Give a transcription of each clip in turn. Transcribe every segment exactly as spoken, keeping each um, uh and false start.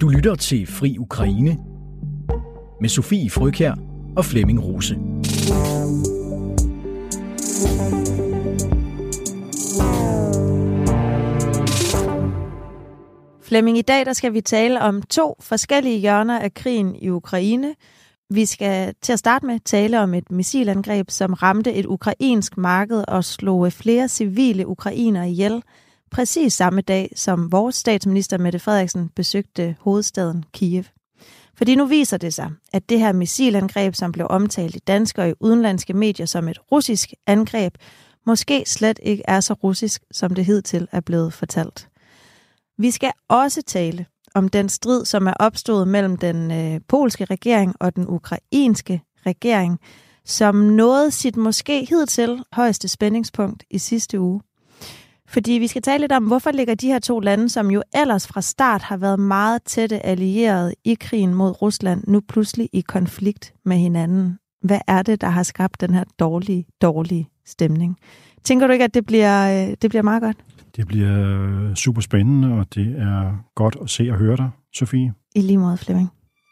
Du lytter til Fri Ukraine med Sofie Frøkjær og Flemming Rose. Flemming, i dag der skal vi tale om to forskellige hjørner af krigen i Ukraine. Vi skal til at starte med tale om et missilangreb, som ramte et ukrainsk marked og slog flere civile ukrainere ihjel, præcis samme dag, som vores statsminister Mette Frederiksen besøgte hovedstaden Kiev. Fordi nu viser det sig, at det her missilangreb, som blev omtalt i danske og i udenlandske medier som et russisk angreb, måske slet ikke er så russisk, som det hidtil er blevet fortalt. Vi skal også tale om den strid, som er opstået mellem den øh, polske regering og den ukrainske regering, som nåede sit måske hidtil højeste spændingspunkt i sidste uge. Fordi vi skal tale lidt om, hvorfor ligger de her to lande, som jo ellers fra start har været meget tætte allierede i krigen mod Rusland, nu pludselig i konflikt med hinanden. Hvad er det, der har skabt den her dårlige, dårlige stemning? Tænker du ikke, at det bliver, det bliver meget godt? Det bliver super spændende, og det er godt at se og høre dig, Sofie. I lige måde, Flemming.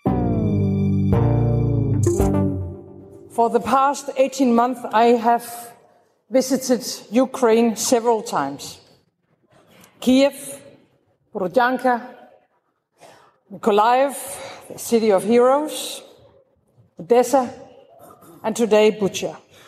For the past eighteen months, I have visited Ukraine several times. Kiev, Borodyanka, Mykolaiv, the city of heroes, Odessa, and today Bucha.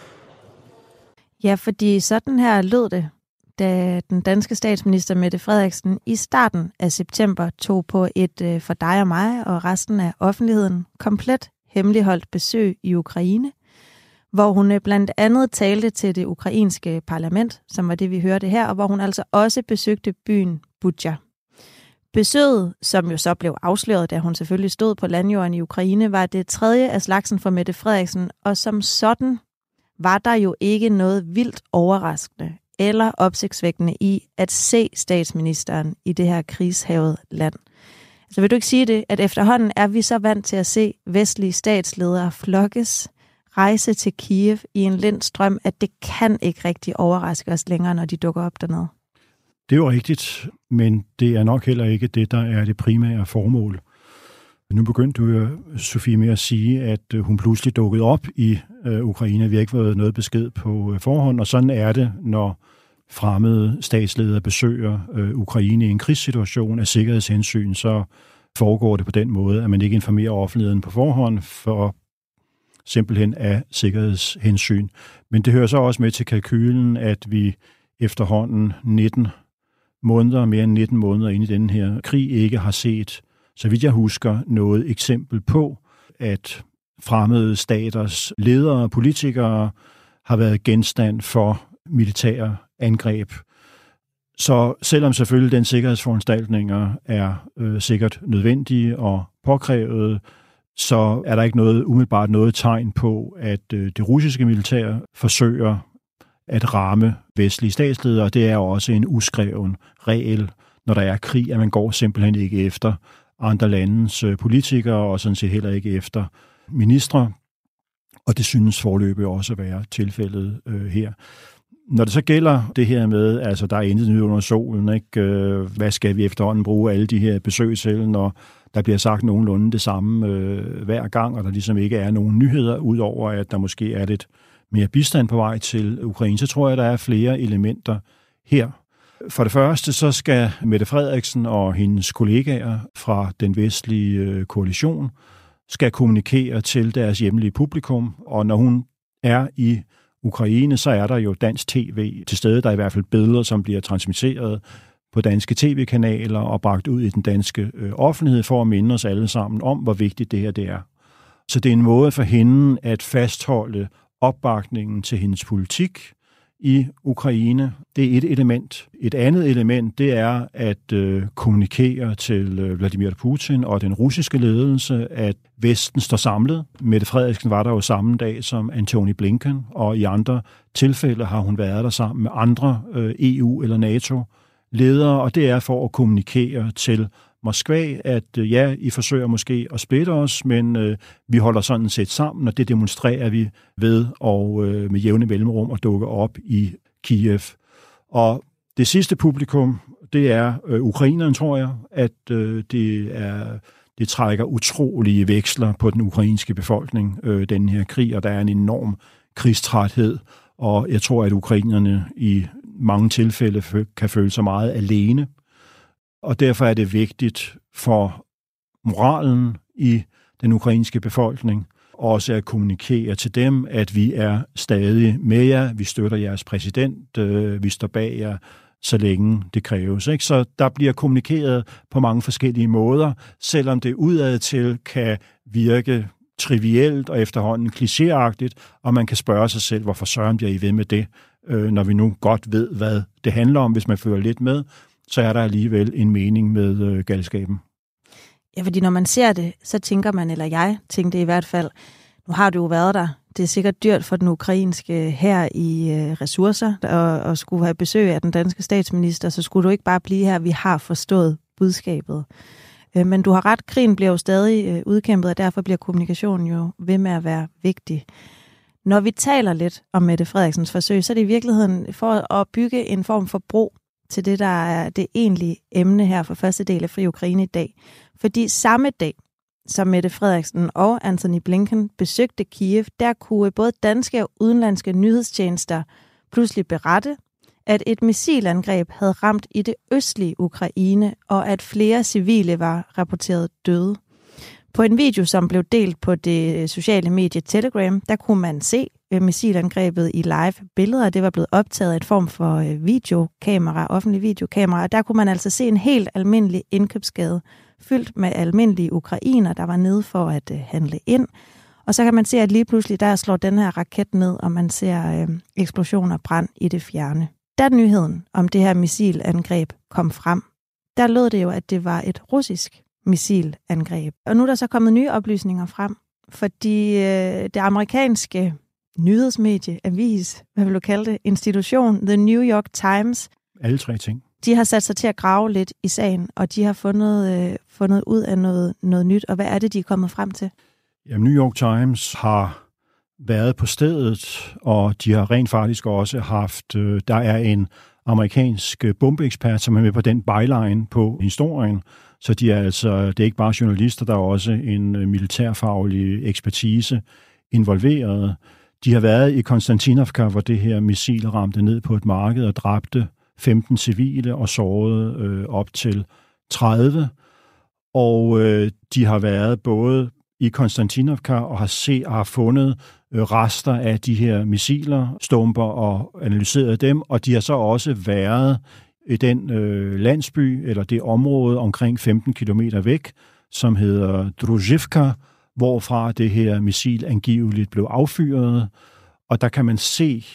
Ja, fordi sådan her lød det, da den danske statsminister Mette Frederiksen i starten af september tog på et for dig og mig og resten af offentligheden komplet hemmeligholdt besøg i Ukraine, hvor hun blandt andet talte til det ukrainske parlament, som var det, vi hørte her, og hvor hun altså også besøgte byen Bucha. Besøget, som jo så blev afsløret, da hun selvfølgelig stod på landjorden i Ukraine, var det tredje af slagsen for Mette Frederiksen, og som sådan var der jo ikke noget vildt overraskende eller opsigtsvækkende i at se statsministeren i det her krigshavede land. Så vil du ikke sige det, at efterhånden er vi så vant til at se vestlige statsledere flokkes, rejse til Kiev i en lind strøm, at det kan ikke rigtig overraske os længere, når de dukker op dernede? Det er jo rigtigt, men det er nok heller ikke det, der er det primære formål. Nu begyndte du jo, Sofie, med at sige, at hun pludselig dukkede op i øh, Ukraine. Vi har ikke fået noget besked på øh, forhånd, og sådan er det, når fremmede statsledere besøger øh, Ukraine i en krigssituation af sikkerhedshensyn, så foregår det på den måde, at man ikke informerer offentligheden på forhånd for simpelthen af sikkerhedshensyn. Men det hører så også med til kalkylen, at vi efterhånden nitten måneder, mere end nitten måneder inde i den her krig, ikke har set, så vidt jeg husker, noget eksempel på, at fremmede staters ledere og politikere har været genstand for militære angreb. Så selvom selvfølgelig den sikkerhedsforanstaltninger er øh, sikkert nødvendige og påkrævede, så er der ikke noget umiddelbart noget tegn på, at øh, det russiske militær forsøger at ramme vestlige statsledere. Det er jo også en uskreven regel, når der er krig, at man går simpelthen ikke efter andre landes politikere, og sådan set heller ikke efter ministre. Og det synes foreløbig også at være tilfældet øh, her. Når det så gælder det her med, altså der er intet nyt under solen, ikke? Øh, hvad skal vi efterhånden bruge alle de her besøg til, når der bliver sagt nogenlunde det samme øh, hver gang, og der ligesom ikke er nogen nyheder, udover at der måske er lidt mere bistand på vej til Ukraine, så tror jeg, der er flere elementer her. For det første, så skal Mette Frederiksen og hendes kollegaer fra den vestlige øh, koalition skal kommunikere til deres hjemlige publikum, og når hun er i Ukraine, så er der jo dansk tv til stede. Der er i hvert fald billeder, som bliver transmitteret på danske tv-kanaler og bragt ud i den danske øh, offentlighed for at minde os alle sammen om, hvor vigtigt det her det er. Så det er en måde for hende at fastholde opbakningen til hendes politik i Ukraine. Det er et element. Et andet element, det er at øh, kommunikere til øh, Vladimir Putin og den russiske ledelse, at Vesten står samlet. Mette Frederiksen var der jo samme dag som Antony Blinken, og i andre tilfælde har hun været der sammen med andre øh, E U- eller NATO-ledere, og det er for at kommunikere til Moskva, at øh, ja, I forsøger måske at splitte os, men øh, vi holder sådan set sammen, og det demonstrerer vi ved og øh, med jævne mellemrum at dukke op i Kiev. Og det sidste publikum, det er øh, ukrainerne, tror jeg, at øh, det er det trækker utrolige veksler på den ukrainske befolkning, øh, den her krig, og der er en enorm krigstræthed, og jeg tror, at ukrainerne i mange tilfælde kan føle sig meget alene, og derfor er det vigtigt for moralen i den ukrainske befolkning også at kommunikere til dem, at vi er stadig med jer, vi støtter jeres præsident, øh, vi står bag jer, så længe det kræves. Ikke? Så der bliver kommunikeret på mange forskellige måder, selvom det udadtil kan virke trivielt og efterhånden klichéagtigt, og man kan spørge sig selv, hvorfor søren bliver I ved med det, øh, når vi nu godt ved, hvad det handler om. Hvis man følger lidt med, så er der alligevel en mening med øh, galskaben. Ja, fordi når man ser det, så tænker man, eller jeg tænkte i hvert fald, nu har du jo været der. Det er sikkert dyrt for den ukrainske hær i øh, ressourcer og, og skulle have besøg af den danske statsminister, så skulle du ikke bare blive her, vi har forstået budskabet. Øh, men du har ret, krigen bliver jo stadig øh, udkæmpet, og derfor bliver kommunikationen jo ved med at være vigtig. Når vi taler lidt om Mette Frederiksens forsøg, så er det i virkeligheden for at bygge en form for bro til det, der er det egentlige emne her for første del af Fri Ukraine i dag. Fordi samme dag, som Mette Frederiksen og Antony Blinken besøgte Kiev, der kunne både danske og udenlandske nyhedstjenester pludselig berette, at et missilangreb havde ramt i det østlige Ukraine, og at flere civile var rapporteret døde. På en video, som blev delt på det sociale medie Telegram, der kunne man se missilangrebet i live billeder. Det var blevet optaget af et form for videokamera, offentlig videokamera, og der kunne man altså se en helt almindelig indkøbsgade, fyldt med almindelige ukrainer, der var nede for at øh, handle ind. Og så kan man se, at lige pludselig der slår den her raket ned, og man ser øh, eksplosioner brand i det fjerne. Da nyheden om det her missilangreb kom frem, der lød det jo, at det var et russisk missilangreb. Og nu er der så kommet nye oplysninger frem, fordi øh, det amerikanske nyhedsmedie, avis, hvad vil du kalde det, institution, The New York Times. Alle tre ting. De har sat sig til at grave lidt i sagen, og de har fundet, øh, fundet ud af noget, noget nyt. Og hvad er det, de er kommet frem til? Jamen, New York Times har været på stedet, og de har rent faktisk også haft, øh, der er en amerikansk bombeekspert, som er med på den byline på historien. Så de er altså, det er ikke bare journalister, der er også en militærfaglig ekspertise involveret. De har været i Konstantinovka, hvor det her missil ramte ned på et marked og dræbte femten civile og sårede øh, op til tredive. Og øh, de har været både i Konstantinovka og har set og har fundet øh, rester af de her missiler, stumper og analyseret dem. Og de har så også været i den øh, landsby eller det område omkring femten kilometer væk, som hedder Druzhivka, hvorfra det her missil angiveligt blev affyret. Og der kan man se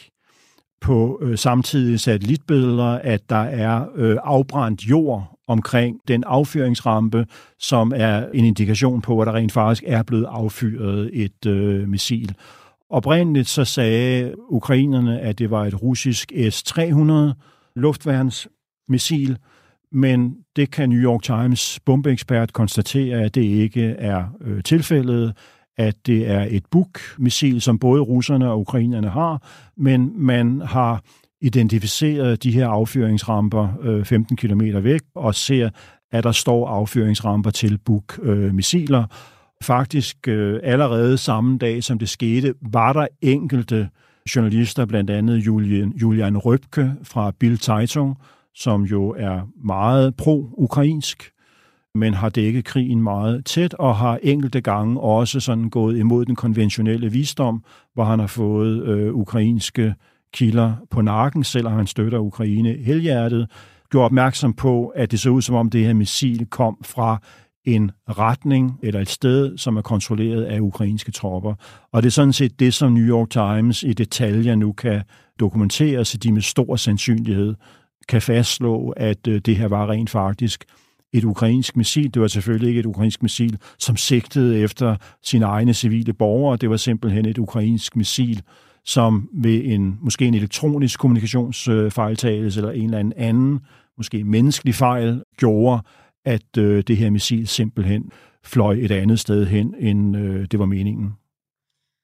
på øh, samtidige satellitbilleder, at der er øh, afbrændt jord omkring den affyringsrampe, som er en indikation på, at der rent faktisk er blevet affyret et øh, missil. Oprindeligt så sagde ukrainerne, at det var et russisk S tre hundrede luftværnsmissil, men det kan New York Times bombeekspert konstatere, at det ikke er øh, tilfældet, at det er et Buk-missil, som både russerne og ukrainerne har, men man har identificeret de her affyringsramper øh, femten kilometer væk og ser, at der står affyringsramper til Buk-missiler. Faktisk øh, allerede samme dag, som det skete, var der enkelte journalister, blandt andet Julian, Julian Røbke fra Bild Zeitung, som jo er meget pro-ukrainsk, men har dækket krigen meget tæt, og har enkelte gange også sådan gået imod den konventionelle visdom, hvor han har fået øh, ukrainske kilder på nakken, selvom han støtter Ukraine helhjertet, gjorde opmærksom på, at det så ud som om det her missil kom fra en retning eller et sted, som er kontrolleret af ukrainske tropper. Og det er sådan set det, som New York Times i detaljer nu kan dokumentere, så de med stor sandsynlighed kan fastslå, at øh, det her var rent faktisk et ukrainsk missil. Det var selvfølgelig ikke et ukrainsk missil, som sigtede efter sine egne civile borgere. Det var simpelthen et ukrainsk missil, som ved en måske en elektronisk kommunikationsfejltagelse eller en eller anden anden, måske menneskelig fejl, gjorde, at øh, det her missil simpelthen fløj et andet sted hen, end øh, det var meningen.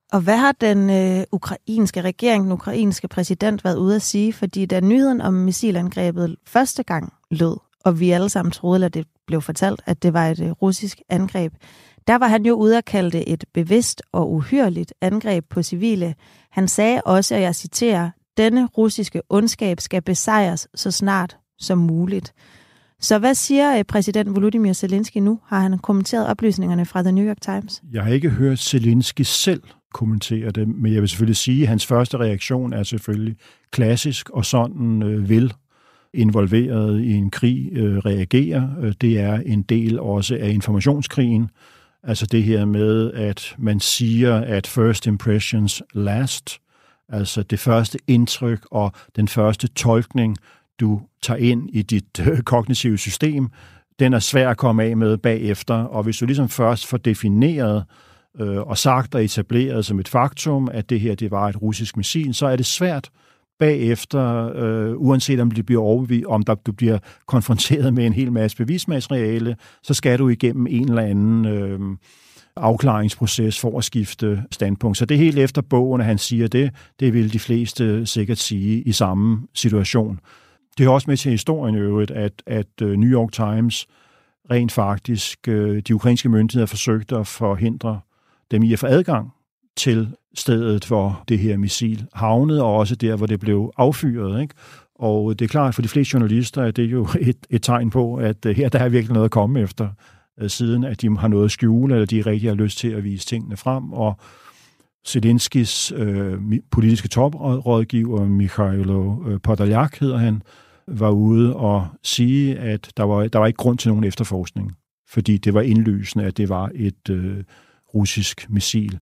Og hvad har den øh, ukrainske regering, den ukrainske præsident været ude at sige? Fordi da nyheden om missilangrebet første gang lød, og vi alle sammen troede, at det blev fortalt, at det var et øh, russisk angreb, der var han jo ude at kalde det et bevidst og uhyrligt angreb på civile. Han sagde også, og jeg citerer, denne russiske ondskab skal besejres så snart som muligt. Så hvad siger præsident Volodymyr Zelensky nu? Har han kommenteret oplysningerne fra The New York Times? Jeg har ikke hørt Zelensky selv kommentere det, men jeg vil selvfølgelig sige, at hans første reaktion er selvfølgelig klassisk og sådan øh, vil involveret i en krig øh, reagere. Det er en del også af informationskrigen. Altså det her med, at man siger, at first impressions last. Altså det første indtryk og den første tolkning, du tager ind i dit øh, kognitive system, den er svær at komme af med bagefter. Og hvis du ligesom først får defineret øh, og sagt og etableret som et faktum, at det her det var et russisk missil, så er det svært bagefter, øh, uanset om det bliver overbevist, om der, du bliver konfronteret med en hel masse bevismateriale, så skal du igennem en eller anden øh, afklaringsproces for at skifte standpunkt. Så det er helt efter bogen, at han siger det. Det vil de fleste sikkert sige i samme situation. Det er også med til historien i øvrigt, at, at New York Times rent faktisk, de ukrainske myndigheder forsøgte at forhindre dem i at få adgang til stedet, hvor det her missil havnede, og også der, hvor det blev affyret. Ikke? Og det er klart, for de fleste journalister, at det er jo et, et tegn på, at her der er virkelig noget at komme efter, siden at de har noget at skjule, eller de rigtig har lyst til at vise tingene frem. Og Zelenskys øh, politiske toprådgiver, Mikhailo Podolyak hedder han, var ude og sige, at der var, der var ikke grund til nogen efterforskning, fordi det var indlysende, at det var et øh, russisk missil.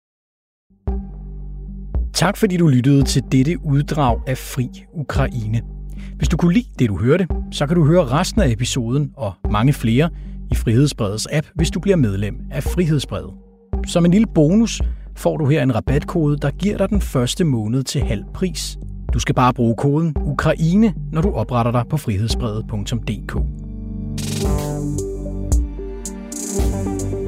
Tak fordi du lyttede til dette uddrag af Fri Ukraine. Hvis du kunne lide det, du hørte, så kan du høre resten af episoden og mange flere i Frihedsbredets app, hvis du bliver medlem af Frihedsbredet. Som en lille bonus får du her en rabatkode, der giver dig den første måned til halv pris. Du skal bare bruge koden Ukraine, når du opretter dig på frihedsbredet punktum d k.